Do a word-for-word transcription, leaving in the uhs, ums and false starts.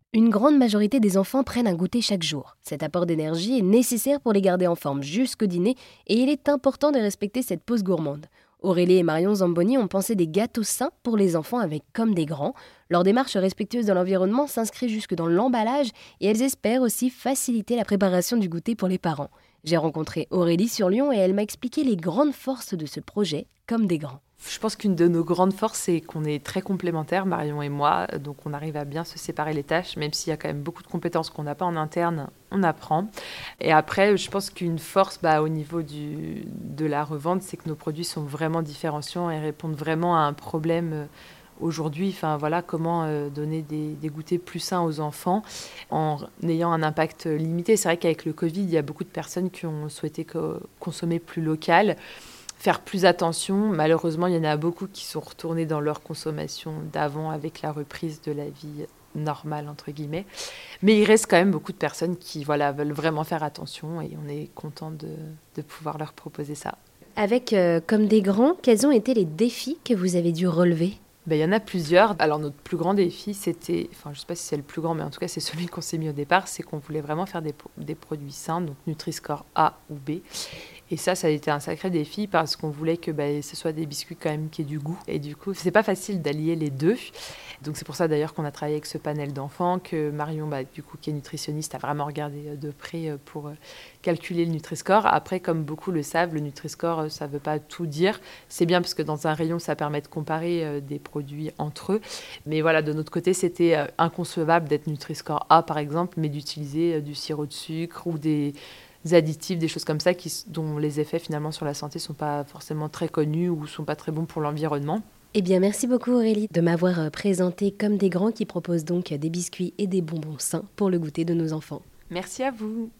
Une grande majorité des enfants prennent un goûter chaque jour. Cet apport d'énergie est nécessaire pour les garder en forme jusqu'au dîner et il est important de respecter cette pause gourmande. Aurélie et Marion Zamboni ont pensé des gâteaux sains pour les enfants avec comme des grands. Leur démarche respectueuse de l'environnement s'inscrit jusque dans l'emballage et elles espèrent aussi faciliter la préparation du goûter pour les parents. J'ai rencontré Aurélie sur Lyon et elle m'a expliqué les grandes forces de ce projet comme des grands. Je pense qu'une de nos grandes forces, c'est qu'on est très complémentaires, Marion et moi, donc on arrive à bien se séparer les tâches, même s'il y a quand même beaucoup de compétences qu'on n'a pas en interne, on apprend. Et après, je pense qu'une force bah, au niveau du, de la revente, c'est que nos produits sont vraiment différenciants et répondent vraiment à un problème euh, aujourd'hui. Enfin voilà, comment euh, donner des, des goûters plus sains aux enfants en ayant un impact limité. C'est vrai qu'avec le Covid, il y a beaucoup de personnes qui ont souhaité co- consommer plus local, faire plus attention. Malheureusement, il y en a beaucoup qui sont retournés dans leur consommation d'avant avec la reprise de la vie normale, entre guillemets. Mais il reste quand même beaucoup de personnes qui voilà, veulent vraiment faire attention et on est content de, de pouvoir leur proposer ça. Avec euh, comme des grands, quels ont été les défis que vous avez dû relever ? Ben, il y en a plusieurs. Alors notre plus grand défi, c'était, enfin je ne sais pas si c'est le plus grand, mais en tout cas c'est celui qu'on s'est mis au départ, c'est qu'on voulait vraiment faire des, des produits sains, donc Nutri-Score A ou B. Et ça, ça a été un sacré défi parce qu'on voulait que bah, ce soit des biscuits quand même qui aient du goût. Et du coup, c'est pas facile d'allier les deux. Donc c'est pour ça d'ailleurs qu'on a travaillé avec ce panel d'enfants, que Marion, bah, du coup, qui est nutritionniste, a vraiment regardé de près pour calculer le Nutri-Score. Après, comme beaucoup le savent, le Nutri-Score, ça veut pas tout dire. C'est bien parce que dans un rayon, ça permet de comparer des produits entre eux. Mais voilà, de notre côté, c'était inconcevable d'être Nutri-Score A, par exemple, mais d'utiliser du sirop de sucre ou des additifs, des choses comme ça qui, dont les effets finalement sur la santé sont pas forcément très connus ou sont pas très bons pour l'environnement. Eh bien, merci beaucoup Aurélie de m'avoir présenté comme des grands qui proposent donc des biscuits et des bonbons sains pour le goûter de nos enfants. Merci à vous.